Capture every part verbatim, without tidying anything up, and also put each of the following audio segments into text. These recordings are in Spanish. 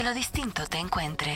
Que lo distinto te encuentre.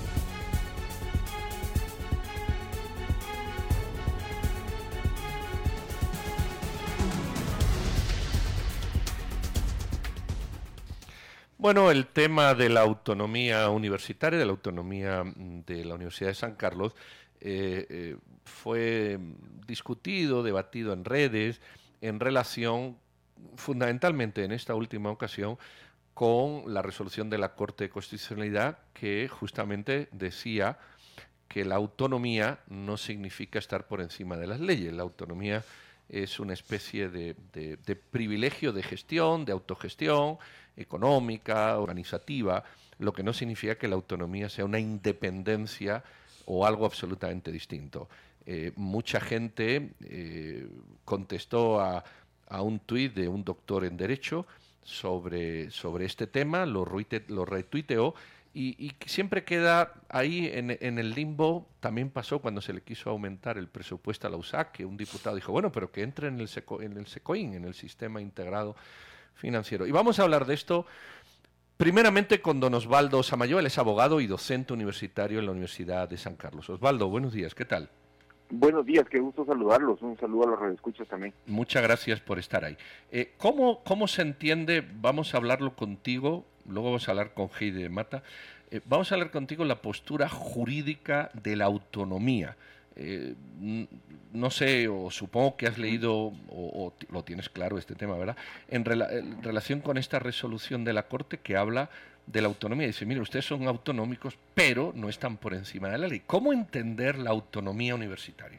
Bueno, el tema de la autonomía universitaria, de la autonomía de la Universidad de San Carlos, eh, eh, fue discutido, debatido en redes, en relación, fundamentalmente en esta última ocasión, con la resolución de la Corte de Constitucionalidad que justamente decía que la autonomía no significa estar por encima de las leyes. La autonomía es una especie de, de, de privilegio de gestión, de autogestión económica, organizativa, lo que no significa que la autonomía sea una independencia o algo absolutamente distinto. Eh, mucha gente eh, contestó a, a un tuit de un doctor en Derecho sobre, sobre este tema, lo, ruite, lo retuiteó, y, y siempre queda ahí en, en el limbo. También pasó cuando se le quiso aumentar el presupuesto a la U S A C, que un diputado dijo, bueno, pero que entre en el, SECO, en el SECOIN, en el Sistema Integrado Financiero. Y vamos a hablar de esto primeramente con don Osvaldo Samayoa. Él es abogado y docente universitario en la Universidad de San Carlos. Osvaldo, buenos días, ¿qué tal? Buenos días, qué gusto saludarlos, un saludo a los radioescuchas también. Muchas gracias por estar ahí. Eh, ¿cómo, ¿Cómo se entiende, vamos a hablarlo contigo, luego vamos a hablar con Heide Mata, eh, vamos a hablar contigo la postura jurídica de la autonomía? Eh, no sé, o supongo que has leído o, o lo tienes claro este tema, ¿verdad? En, rela en relación con esta resolución de la Corte que habla de la autonomía, dice, mire, ustedes son autonómicos, pero no están por encima de la ley. ¿Cómo entender la autonomía universitaria?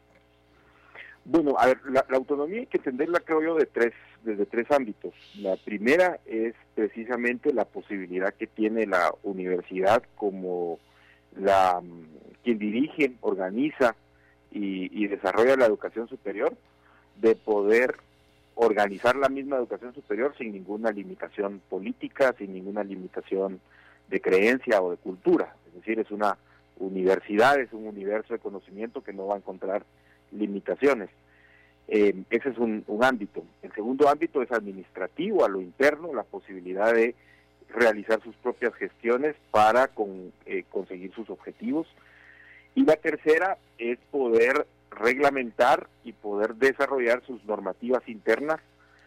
Bueno, a ver, la, la autonomía hay que entenderla, creo yo, de tres, desde tres ámbitos. La primera es precisamente la posibilidad que tiene la universidad como la quien dirige, organiza y, y desarrolla la educación superior, de poder organizar la misma educación superior sin ninguna limitación política, sin ninguna limitación de creencia o de cultura. Es decir, es una universidad, es un universo de conocimiento que no va a encontrar limitaciones. Eh, ese es un, un ámbito. El segundo ámbito es administrativo, a lo interno, la posibilidad de realizar sus propias gestiones para con, eh, conseguir sus objetivos. Y la tercera es poder reglamentar y poder desarrollar sus normativas internas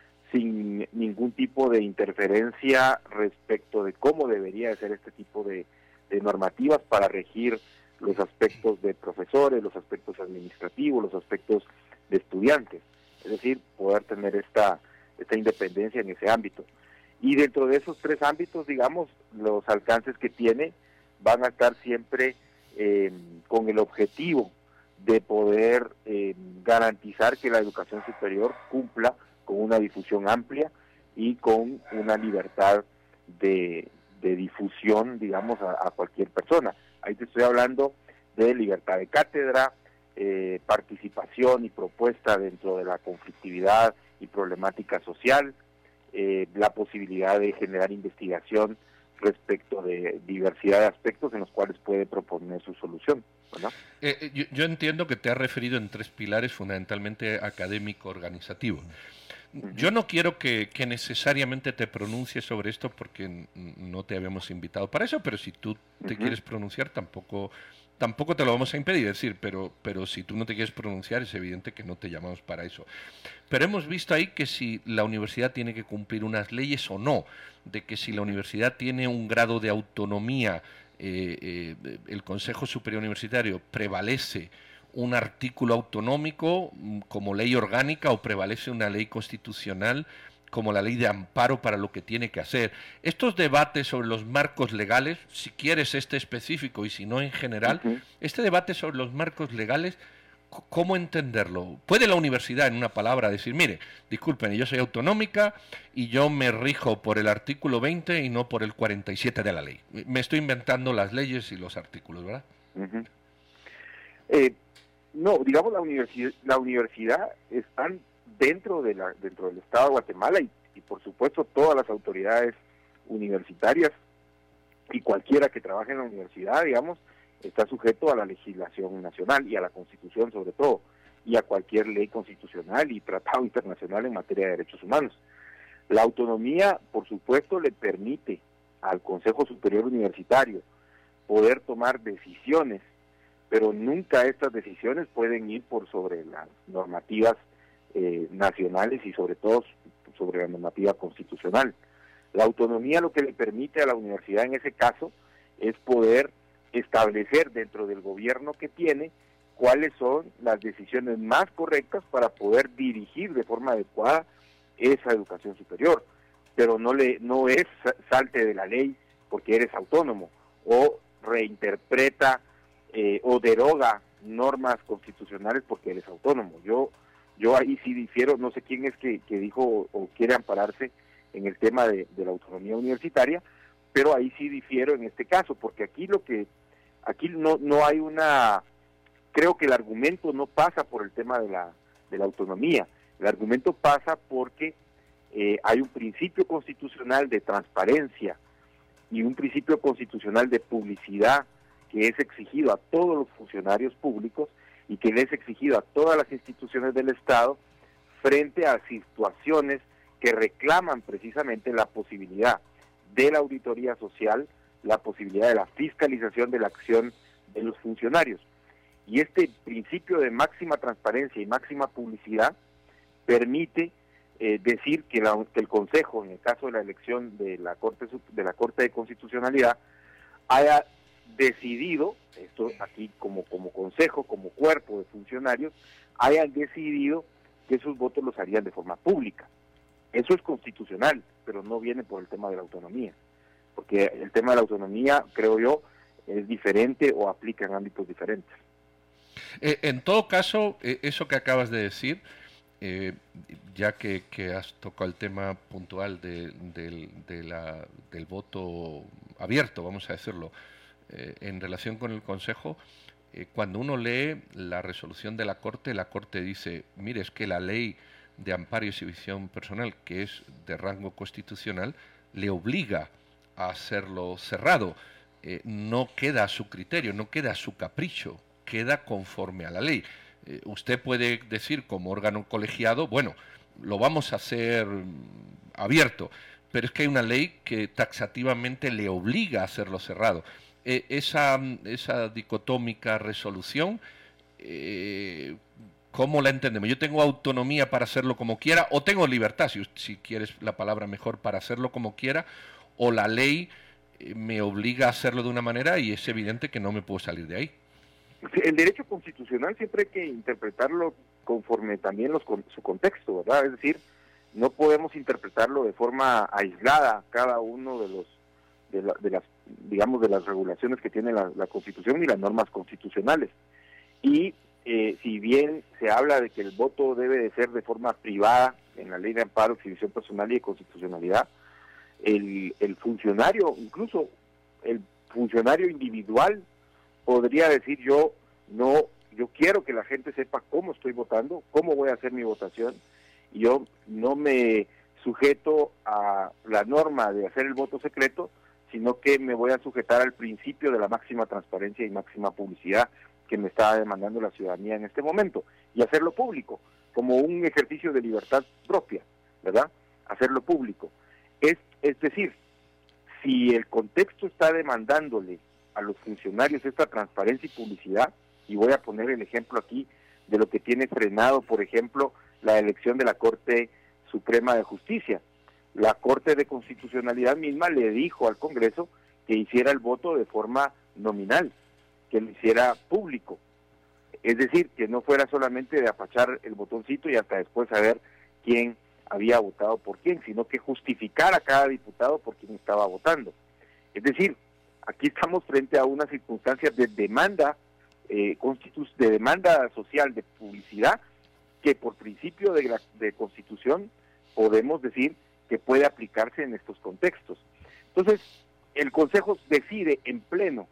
sin ningún tipo de interferencia respecto de cómo debería de ser este tipo de, de normativas para regir los aspectos de profesores, los aspectos administrativos, los aspectos de estudiantes. Es decir, poder tener esta, esta independencia en ese ámbito. Y dentro de esos tres ámbitos, digamos, los alcances que tiene van a estar siempre eh, con el objetivo de poder eh, garantizar que la educación superior cumpla con una difusión amplia y con una libertad de, de difusión, digamos, a, a cualquier persona. Ahí te estoy hablando de libertad de cátedra, eh, participación y propuesta dentro de la conflictividad y problemática social, eh, la posibilidad de generar investigación respecto de diversidad de aspectos en los cuales puede proponer su solución, ¿no? Eh, yo, yo entiendo que te has referido en tres pilares, fundamentalmente académico-organizativo. Uh-huh. Yo no quiero que, que necesariamente te pronuncies sobre esto porque no te habíamos invitado para eso, pero si tú te uh-huh. quieres pronunciar tampoco tampoco te lo vamos a impedir, es decir, pero, pero si tú no te quieres pronunciar es evidente que no te llamamos para eso. Pero hemos visto ahí que si la universidad tiene que cumplir unas leyes o no, de que si la universidad tiene un grado de autonomía, eh, eh, el Consejo Superior Universitario prevalece un artículo autonómico como ley orgánica o prevalece una ley constitucional como la ley de amparo para lo que tiene que hacer. Estos debates sobre los marcos legales, si quieres este específico y si no en general, uh-huh. este debate sobre los marcos legales, ¿cómo entenderlo? ¿Puede la universidad, en una palabra, decir, mire, disculpen, yo soy autonómica y yo me rijo por el artículo veinte y no por el cuarenta y siete de la ley? Me estoy inventando las leyes y los artículos, ¿verdad? Uh-huh. Eh, no, digamos, la universidad, la universidad están dentro de la dentro del Estado de Guatemala y, y por supuesto todas las autoridades universitarias y cualquiera que trabaje en la universidad, digamos, está sujeto a la legislación nacional y a la Constitución sobre todo, y a cualquier ley constitucional y tratado internacional en materia de derechos humanos. La autonomía, por supuesto, le permite al Consejo Superior Universitario poder tomar decisiones, pero nunca estas decisiones pueden ir por sobre las normativas eh, nacionales y sobre todo sobre la normativa constitucional. La autonomía lo que le permite a la universidad en ese caso es poder establecer dentro del gobierno que tiene cuáles son las decisiones más correctas para poder dirigir de forma adecuada esa educación superior, pero no le no es salte de la ley porque eres autónomo o reinterpreta eh, o deroga normas constitucionales porque eres autónomo. Yo yo ahí sí difiero, no sé quién es que, que dijo o, o quiere ampararse en el tema de, de la autonomía universitaria, pero ahí sí difiero en este caso, porque aquí lo que aquí no no hay una creo que el argumento no pasa por el tema de la de la autonomía. El argumento pasa porque eh, hay un principio constitucional de transparencia y un principio constitucional de publicidad que es exigido a todos los funcionarios públicos y que le es exigido a todas las instituciones del Estado frente a situaciones que reclaman precisamente la posibilidad de la auditoría social, la posibilidad de la fiscalización de la acción de los funcionarios. Y este principio de máxima transparencia y máxima publicidad permite eh, decir que, la, que el Consejo, en el caso de la elección de la Corte de la Corte de Constitucionalidad, haya decidido, esto aquí como, como Consejo, como cuerpo de funcionarios, hayan decidido que esos votos los harían de forma pública. Eso es constitucional, pero no viene por el tema de la autonomía, porque el tema de la autonomía, creo yo, es diferente o aplica en ámbitos diferentes. Eh, en todo caso, eh, eso que acabas de decir, eh, ya que, que has tocado el tema puntual de, de, de la, del voto abierto, vamos a decirlo, eh, en relación con el Consejo, eh, cuando uno lee la resolución de la Corte, la Corte dice, mire, es que la ley de amparo y exhibición personal, que es de rango constitucional, le obliga a hacerlo cerrado. Eh, no queda a su criterio, no queda a su capricho, queda conforme a la ley. Eh, usted puede decir como órgano colegiado, bueno, lo vamos a hacer abierto, pero es que hay una ley que taxativamente le obliga a hacerlo cerrado. Eh, esa, esa dicotómica resolución, eh, ¿cómo la entendemos? Yo tengo autonomía para hacerlo como quiera, o tengo libertad, si, si quieres la palabra mejor, para hacerlo como quiera, o la ley eh, me obliga a hacerlo de una manera y es evidente que no me puedo salir de ahí. El derecho constitucional siempre hay que interpretarlo conforme también los, con, su contexto, ¿verdad? Es decir, no podemos interpretarlo de forma aislada cada uno de los de, la, de las digamos de las regulaciones que tiene la, la Constitución y las normas constitucionales. Y eh, si bien se habla de que el voto debe de ser de forma privada en la Ley de Amparo, Exhibición Personal y de Constitucionalidad, el, el funcionario, incluso el funcionario individual, podría decir yo no, yo quiero que la gente sepa cómo estoy votando, cómo voy a hacer mi votación, y yo no me sujeto a la norma de hacer el voto secreto, sino que me voy a sujetar al principio de la máxima transparencia y máxima publicidad que me está demandando la ciudadanía en este momento, y hacerlo público, como un ejercicio de libertad propia, ¿verdad? Hacerlo público. Es, es decir, si el contexto está demandándole a los funcionarios esta transparencia y publicidad, y voy a poner el ejemplo aquí de lo que tiene frenado, por ejemplo, la elección de la Corte Suprema de Justicia. La Corte de Constitucionalidad misma le dijo al Congreso que hiciera el voto de forma nominal, que lo hiciera público. Es decir, que no fuera solamente de apachar el botoncito y hasta después saber quién había votado por quién, sino que justificara a cada diputado por quién estaba votando. Es decir, aquí estamos frente a una circunstancia de demanda eh, constitu- de demanda social, de publicidad, que por principio de, la, de Constitución podemos decir que puede aplicarse en estos contextos. Entonces, el Consejo decide en pleno,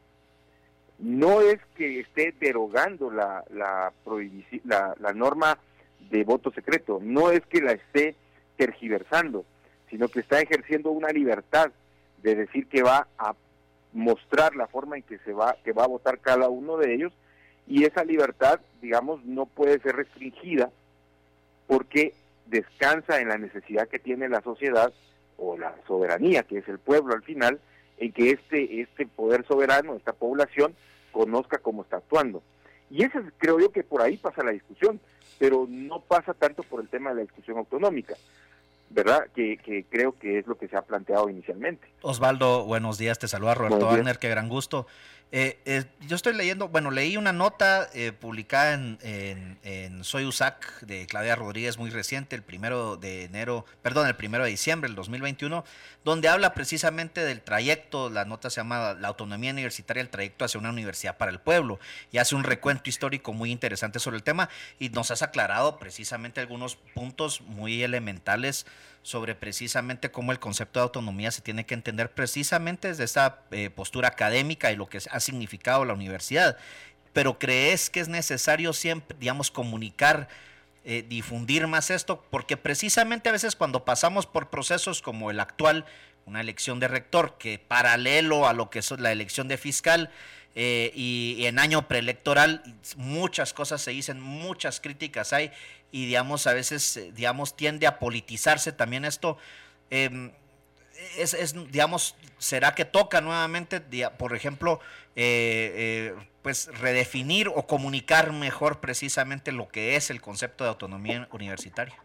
no es que esté derogando la, la, prohibici- la, la norma de voto secreto, no es que la esté tergiversando, sino que está ejerciendo una libertad de decir que va a mostrar la forma en que se va que va a votar cada uno de ellos, y esa libertad, digamos, no puede ser restringida porque descansa en la necesidad que tiene la sociedad o la soberanía, que es el pueblo al final, en que este, este poder soberano, esta población, conozca cómo está actuando. Y ese creo yo que por ahí pasa la discusión, pero no pasa tanto por el tema de la discusión autonómica, ¿verdad? Que, que creo que es lo que se ha planteado inicialmente. Osvaldo, buenos días, te saluda Roberto Wagner, qué gran gusto. Eh, eh, yo estoy leyendo, bueno, leí una nota eh, publicada en, en, en Soy U S A C de Claudia Rodríguez, muy reciente, el primero de enero, perdón, el primero de diciembre del dos mil veintiuno, donde habla precisamente del trayecto. La nota se llama La autonomía universitaria, el trayecto hacia una universidad para el pueblo, y hace un recuento histórico muy interesante sobre el tema, y nos has aclarado precisamente algunos puntos muy elementales sobre precisamente cómo el concepto de autonomía se tiene que entender precisamente desde esta eh, postura académica y lo que ha significado la universidad. Pero ¿crees que es necesario siempre, digamos, comunicar, eh, difundir más esto? Porque precisamente a veces cuando pasamos por procesos como el actual, una elección de rector, que paralelo a lo que es la elección de fiscal, eh, y, y en año preelectoral, muchas cosas se dicen, muchas críticas hay, y digamos a veces digamos tiende a politizarse también esto. eh, es, es digamos será que toca nuevamente, por ejemplo, eh, eh, pues redefinir o comunicar mejor precisamente lo que es el concepto de autonomía universitaria?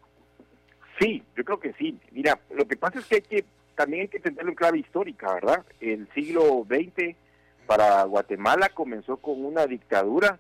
Sí, yo creo que sí. Mira, lo que pasa es que hay que también hay que entenderlo en clave histórica, ¿verdad? El siglo veinte para Guatemala comenzó con una dictadura.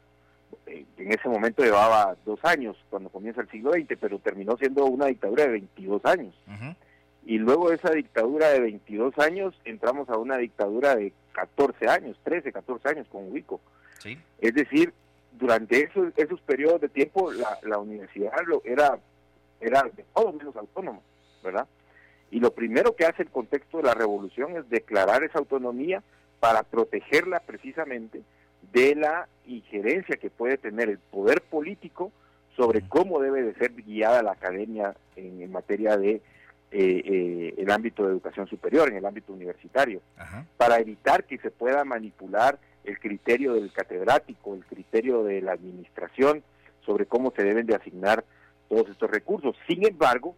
En ese momento llevaba dos años cuando comienza el siglo veinte, pero terminó siendo una dictadura de veintidós años. Uh-huh. Y luego de esa dictadura de veintidós años entramos a una dictadura de catorce años, trece, catorce años con Huico. Sí. Es decir, durante esos, esos periodos de tiempo la, la universidad lo, era, era de todo menos autónoma, ¿verdad? Y lo primero que hace el contexto de la revolución es declarar esa autonomía para protegerla precisamente de la injerencia que puede tener el poder político sobre cómo debe de ser guiada la academia en, en materia de eh, eh, el ámbito de educación superior, en el ámbito universitario. Ajá. Para evitar que se pueda manipular el criterio del catedrático, el criterio de la administración sobre cómo se deben de asignar todos estos recursos. Sin embargo,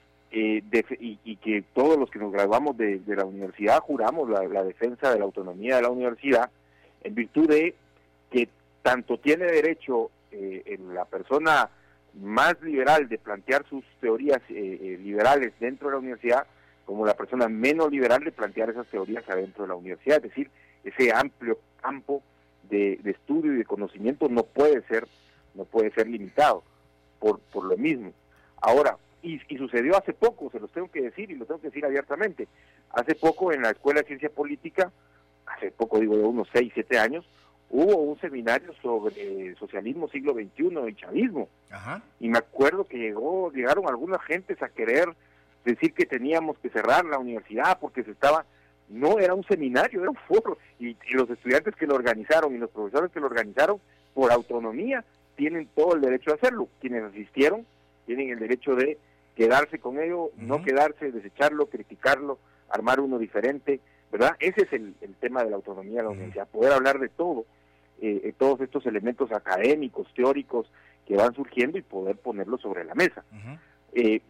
eh, de, y, y que todos los que nos graduamos de, de la universidad juramos la, la defensa de la autonomía de la universidad, en virtud de que tanto tiene derecho eh, en la persona más liberal de plantear sus teorías eh, eh, liberales dentro de la universidad, como la persona menos liberal de plantear esas teorías adentro de la universidad. Es decir, ese amplio campo de, de estudio y de conocimiento no puede ser no puede ser limitado por, por lo mismo. Ahora, y, y sucedió hace poco, se los tengo que decir y lo tengo que decir abiertamente, hace poco en la Escuela de Ciencia Política, hace poco digo de unos seis, siete años, hubo un seminario sobre socialismo siglo veintiuno y chavismo. Ajá. Y me acuerdo que llegó, llegaron algunas gentes a querer decir que teníamos que cerrar la universidad porque se estaba... No era un seminario, era un foro. Y, y los estudiantes que lo organizaron y los profesores que lo organizaron, por autonomía, tienen todo el derecho a hacerlo. Quienes asistieron tienen el derecho de quedarse con ello, uh-huh. no quedarse, desecharlo, criticarlo, armar uno diferente, ¿verdad? Ese es el, el tema de la autonomía de la uh-huh. universidad, poder hablar de todo. Eh, todos estos elementos académicos, teóricos que van surgiendo y poder ponerlos sobre la mesa. Uh-huh. Eh,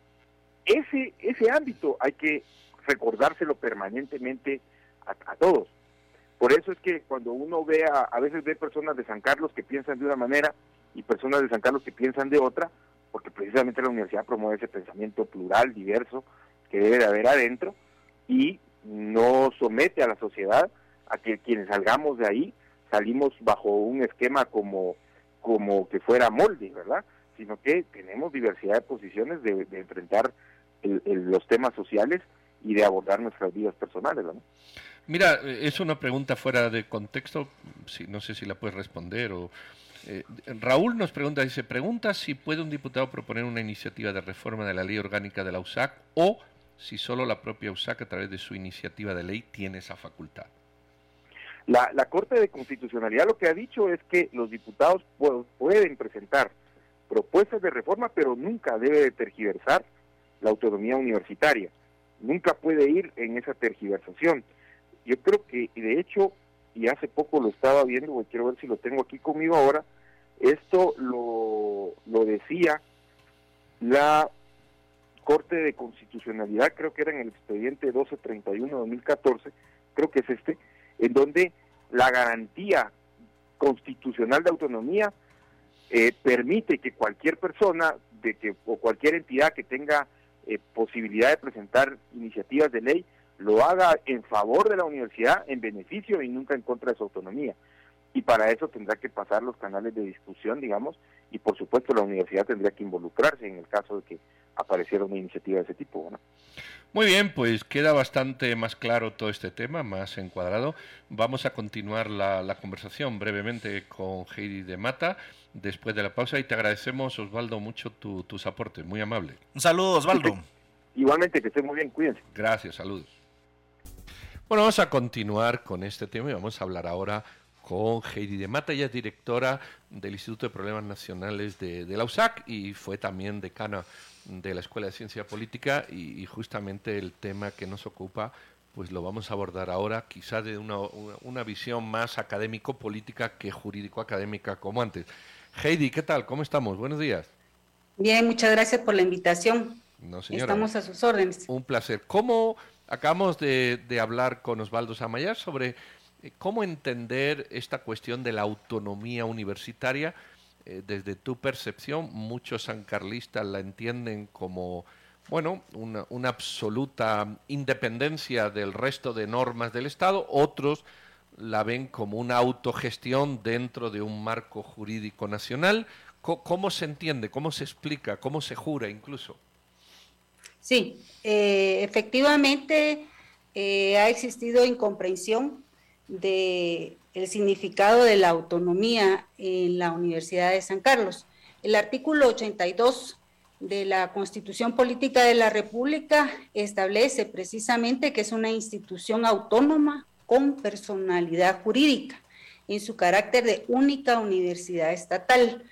ese, ese ámbito hay que recordárselo permanentemente a, a todos. Por eso es que cuando uno ve, a, a veces ve personas de San Carlos que piensan de una manera y personas de San Carlos que piensan de otra, porque precisamente la universidad promueve ese pensamiento plural, diverso, que debe de haber adentro y no somete a la sociedad a que quienes salgamos de ahí salimos bajo un esquema como, como que fuera molde, ¿verdad? Sino que tenemos diversidad de posiciones de, de enfrentar el, el, los temas sociales y de abordar nuestras vidas personales, ¿no? Mira, es una pregunta fuera de contexto, si, no sé si la puedes responder. o eh, Raúl nos pregunta, dice, pregunta si puede un diputado proponer una iniciativa de reforma de la ley orgánica de la U S A C o si solo la propia U S A C a través de su iniciativa de ley tiene esa facultad. La, la Corte de Constitucionalidad lo que ha dicho es que los diputados pu- pueden presentar propuestas de reforma, pero nunca debe de tergiversar la autonomía universitaria. Nunca puede ir en esa tergiversación. Yo creo que, de hecho, y hace poco lo estaba viendo, quiero ver si lo tengo aquí conmigo ahora, esto lo, lo decía la Corte de Constitucionalidad, creo que era en el expediente doce treinta y uno de dos mil catorce, creo que es este, en donde la garantía constitucional de autonomía eh, permite que cualquier persona de que o cualquier entidad que tenga eh, posibilidad de presentar iniciativas de ley lo haga en favor de la universidad, en beneficio y nunca en contra de su autonomía. Y para eso tendrá que pasar los canales de discusión, digamos, y por supuesto la universidad tendría que involucrarse en el caso de que apareciera una iniciativa de ese tipo, ¿no? Muy bien, pues queda bastante más claro todo este tema, más encuadrado. Vamos a continuar la, la conversación brevemente con Heidi de Mata después de la pausa y te agradecemos, Osvaldo, mucho tu, tus aportes, muy amable. Un saludo, Osvaldo. Igualmente, que estén muy bien, cuídense. Gracias, saludos. Bueno, vamos a continuar con este tema y vamos a hablar ahora con Heidi de Mata. Ella es directora del Instituto de Problemas Nacionales de, de la U S A C y fue también decana de la Escuela de Ciencia Política y, y justamente el tema que nos ocupa pues lo vamos a abordar ahora quizás de una, una, una visión más académico-política que jurídico-académica como antes. Heidi, ¿qué tal? ¿Cómo estamos? Buenos días. Bien, muchas gracias por la invitación. No, señora. Estamos a sus órdenes. Un placer. ¿Cómo acabamos de, de hablar con Osvaldo Samayar sobre eh, cómo entender esta cuestión de la autonomía universitaria? Eh, desde tu percepción, muchos sancarlistas la entienden como, bueno, una, una absoluta independencia del resto de normas del Estado, otros la ven como una autogestión dentro de un marco jurídico nacional. ¿Cómo, cómo se entiende? ¿Cómo se explica? ¿Cómo se jura incluso? Sí, eh, efectivamente eh, ha existido incomprensión de el significado de la autonomía en la Universidad de San Carlos. El artículo ochenta y dos de la Constitución Política de la República establece precisamente que es una institución autónoma con personalidad jurídica en su carácter de única universidad estatal.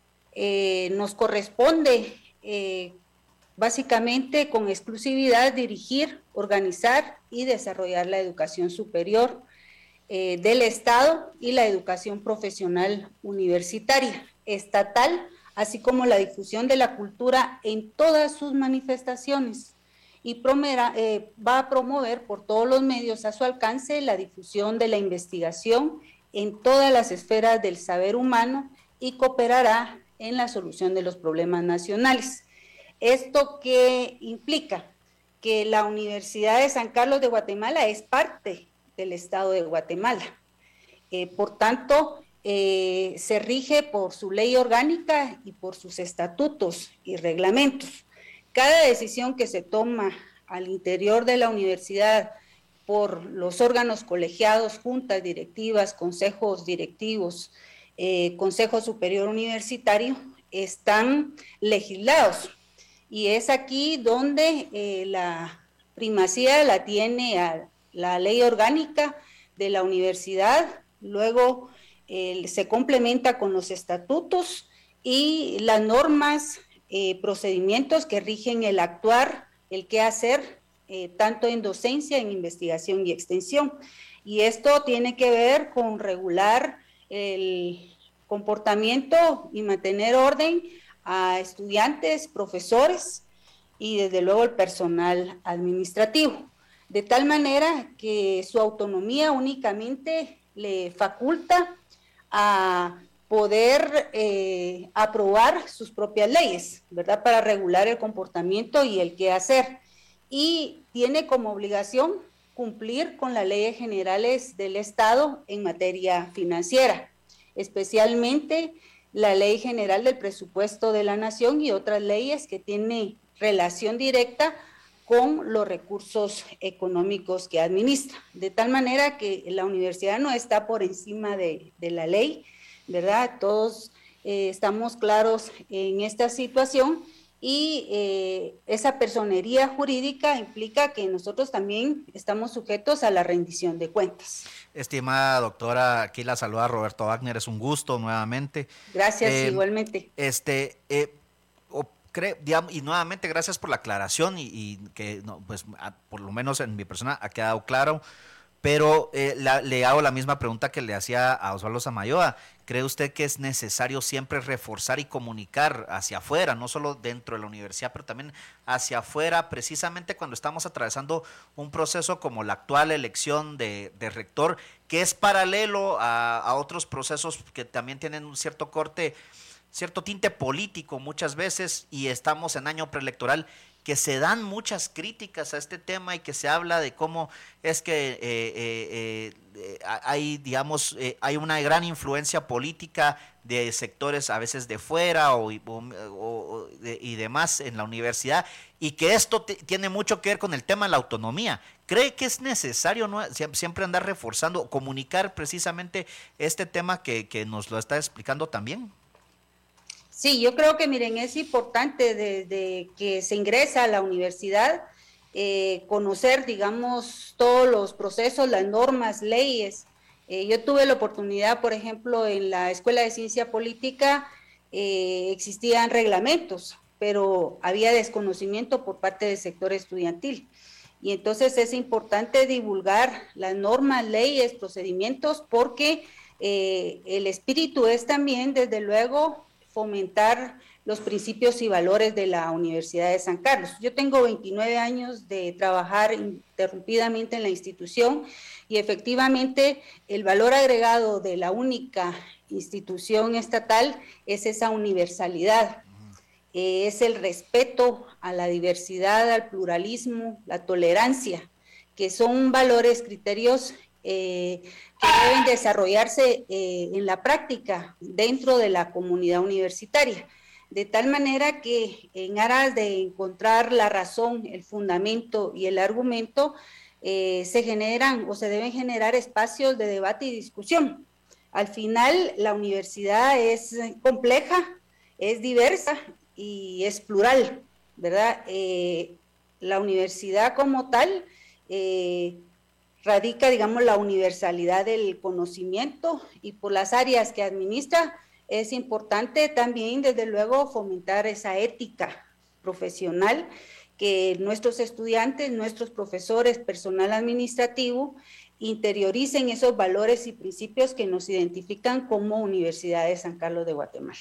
Eh, nos corresponde eh, básicamente con exclusividad dirigir, organizar y desarrollar la educación superior eh, del Estado y la educación profesional universitaria estatal, así como la difusión de la cultura en todas sus manifestaciones, y promera, eh, va a promover por todos los medios a su alcance la difusión de la investigación en todas las esferas del saber humano y cooperará en la solución de los problemas nacionales. ¿Esto qué implica? Que la Universidad de San Carlos de Guatemala es parte del Estado de Guatemala. Eh, por tanto, eh, se rige por su ley orgánica y por sus estatutos y reglamentos. Cada decisión que se toma al interior de la universidad por los órganos colegiados, juntas directivas, consejos directivos, eh, Consejo Superior Universitario, están legislados. Y es aquí donde eh, la primacía la tiene a la ley orgánica de la universidad, luego eh, se complementa con los estatutos y las normas, eh, procedimientos que rigen el actuar, el qué hacer, eh, tanto en docencia, en investigación y extensión. Y esto tiene que ver con regular el comportamiento y mantener orden a estudiantes, profesores y desde luego el personal administrativo, de tal manera que su autonomía únicamente le faculta a poder eh, aprobar sus propias leyes, ¿verdad?, para regular el comportamiento y el qué hacer, y tiene como obligación cumplir con las leyes generales del Estado en materia financiera, especialmente la Ley General del Presupuesto de la Nación y otras leyes que tienen relación directa con los recursos económicos que administra, de tal manera que la universidad no está por encima de, de la ley, ¿verdad? Todos eh, estamos claros en esta situación y eh, esa personería jurídica implica que nosotros también estamos sujetos a la rendición de cuentas. Estimada doctora, aquí la saluda Roberto Wagner, es un gusto nuevamente. Gracias, eh, igualmente. Este, eh, o cre, digamos, y nuevamente gracias por la aclaración y, y que no, pues a, por lo menos en mi persona ha quedado claro, Pero eh, la, le hago la misma pregunta que le hacía a Osvaldo Samayoa. ¿Cree usted que es necesario siempre reforzar y comunicar hacia afuera, no solo dentro de la universidad, pero también hacia afuera, precisamente cuando estamos atravesando un proceso como la actual elección de, de rector, que es paralelo a, a otros procesos que también tienen un cierto corte, cierto tinte político muchas veces, y estamos en año preelectoral, que se dan muchas críticas a este tema y que se habla de cómo es que eh, eh, eh, hay, digamos, eh, hay una gran influencia política de sectores a veces de fuera o, o, o de, y demás en la universidad, y que esto te, tiene mucho que ver con el tema de la autonomía. ¿Cree que es necesario, ¿no?, siempre andar reforzando, comunicar precisamente este tema que, que nos lo está explicando también? Sí, yo creo que, miren, es importante desde que se ingresa a la universidad eh, conocer, digamos, todos los procesos, las normas, leyes. Eh, yo tuve la oportunidad, por ejemplo, en la Escuela de Ciencia Política eh, existían reglamentos, pero había desconocimiento por parte del sector estudiantil. Y entonces es importante divulgar las normas, leyes, procedimientos, porque eh, el espíritu es también, desde luego, fomentar los principios y valores de la Universidad de San Carlos. Yo tengo veintinueve años de trabajar interrumpidamente en la institución y efectivamente el valor agregado de la única institución estatal es esa universalidad, eh, es el respeto a la diversidad, al pluralismo, la tolerancia, que son valores, criterios Eh, que deben desarrollarse eh, en la práctica dentro de la comunidad universitaria, de tal manera que en aras de encontrar la razón, el fundamento y el argumento, eh, se generan o se deben generar espacios de debate y discusión. Al final, la universidad es compleja, es diversa y es plural, ¿verdad? Eh, la universidad como tal eh, radica, digamos, la universalidad del conocimiento, y por las áreas que administra es importante también, desde luego, fomentar esa ética profesional, que nuestros estudiantes, nuestros profesores, personal administrativo, interioricen esos valores y principios que nos identifican como Universidad de San Carlos de Guatemala.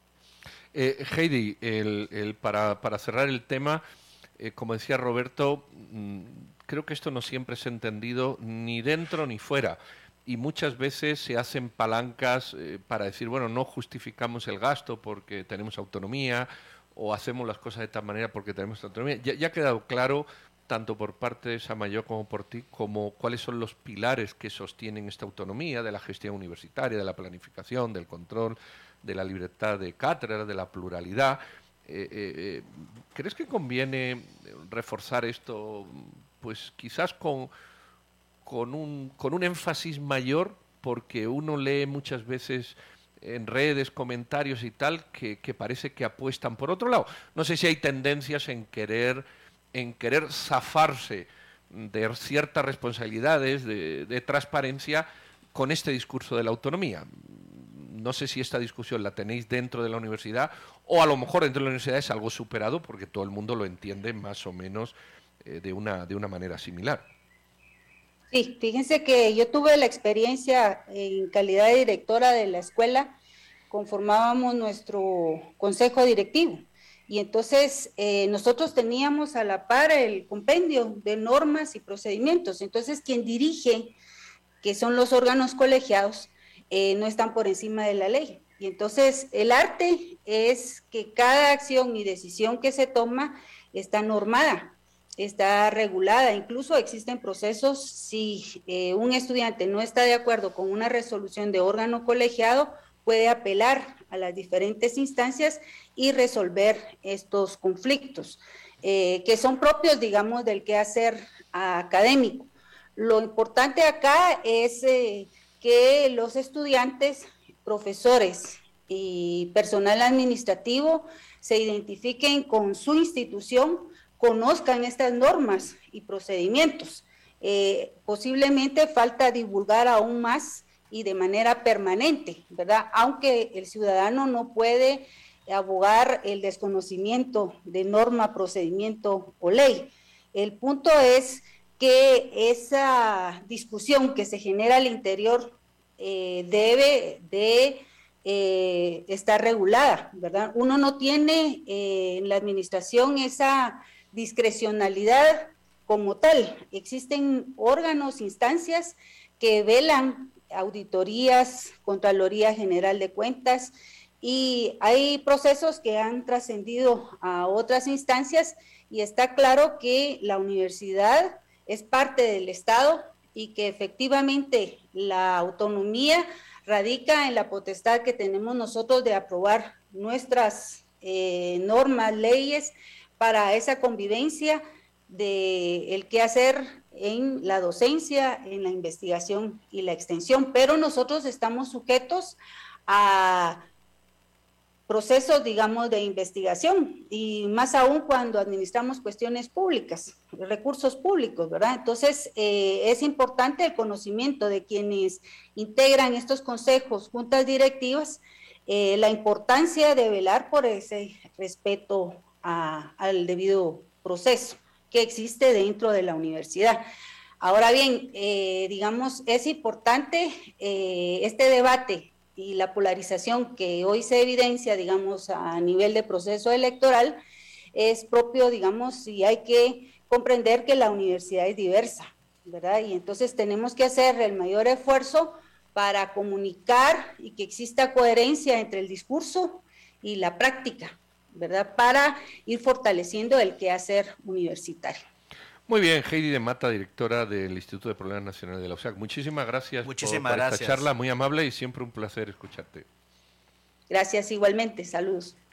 Eh, Heidi, el, el, para, para cerrar el tema, eh, como decía Roberto, mmm, creo que esto no siempre es entendido ni dentro ni fuera, y muchas veces se hacen palancas eh, para decir, bueno, no justificamos el gasto porque tenemos autonomía, o hacemos las cosas de tal manera porque tenemos autonomía. Ya, ya ha quedado claro, tanto por parte de Samayoa como por ti, como cuáles son los pilares que sostienen esta autonomía de la gestión universitaria, de la planificación, del control, de la libertad de cátedra, de la pluralidad. Eh, eh, ¿Crees que conviene reforzar esto, pues quizás con, con, un, con un énfasis mayor, porque uno lee muchas veces en redes, comentarios y tal, que, que parece que apuestan por otro lado? No sé si hay tendencias en querer, en querer zafarse de ciertas responsabilidades de, de transparencia con este discurso de la autonomía. No sé si esta discusión la tenéis dentro de la universidad, o a lo mejor dentro de la universidad es algo superado porque todo el mundo lo entiende más o menos eh, de, una, de una manera similar. Sí, fíjense que yo tuve la experiencia en calidad de directora de la escuela, conformábamos nuestro consejo directivo, y entonces eh, nosotros teníamos a la par el compendio de normas y procedimientos. Entonces quien dirige, que son los órganos colegiados, Eh, no están por encima de la ley. Y entonces el arte es que cada acción y decisión que se toma está normada, está regulada. Incluso existen procesos, si eh, un estudiante no está de acuerdo con una resolución de órgano colegiado, puede apelar a las diferentes instancias y resolver estos conflictos, eh, que son propios, digamos, del quehacer académico. Lo importante acá es Eh, que los estudiantes, profesores y personal administrativo se identifiquen con su institución, conozcan estas normas y procedimientos. Eh, posiblemente falta divulgar aún más y de manera permanente, ¿verdad? Aunque el ciudadano no puede abogar el desconocimiento de norma, procedimiento o ley. El punto es que esa discusión que se genera al interior eh, debe de eh, estar regulada, ¿verdad? Uno no tiene eh, en la administración esa discrecionalidad como tal. Existen órganos, instancias que velan, auditorías, Contraloría General de Cuentas, y hay procesos que han trascendido a otras instancias, y está claro que la universidad es parte del Estado y que efectivamente la autonomía radica en la potestad que tenemos nosotros de aprobar nuestras eh, normas, leyes para esa convivencia de el qué hacer en la docencia, en la investigación y la extensión, pero nosotros estamos sujetos a procesos, digamos, de investigación, y más aún cuando administramos cuestiones públicas, recursos públicos, ¿verdad? Entonces, eh, es importante el conocimiento de quienes integran estos consejos, juntas directivas, eh, la importancia de velar por ese respeto a, al debido proceso que existe dentro de la universidad. Ahora bien, eh, digamos, es importante eh, este debate y la polarización que hoy se evidencia, digamos, a nivel de proceso electoral, es propio, digamos, y hay que comprender que la universidad es diversa, ¿verdad? Y entonces tenemos que hacer el mayor esfuerzo para comunicar y que exista coherencia entre el discurso y la práctica, ¿verdad? Para ir fortaleciendo el quehacer universitario. Muy bien, Heidi de Mata, directora del Instituto de Problemas Nacionales de la U S A C. Muchísimas gracias Muchísimas por, por gracias. esta charla, muy amable y siempre un placer escucharte. Gracias igualmente, saludos.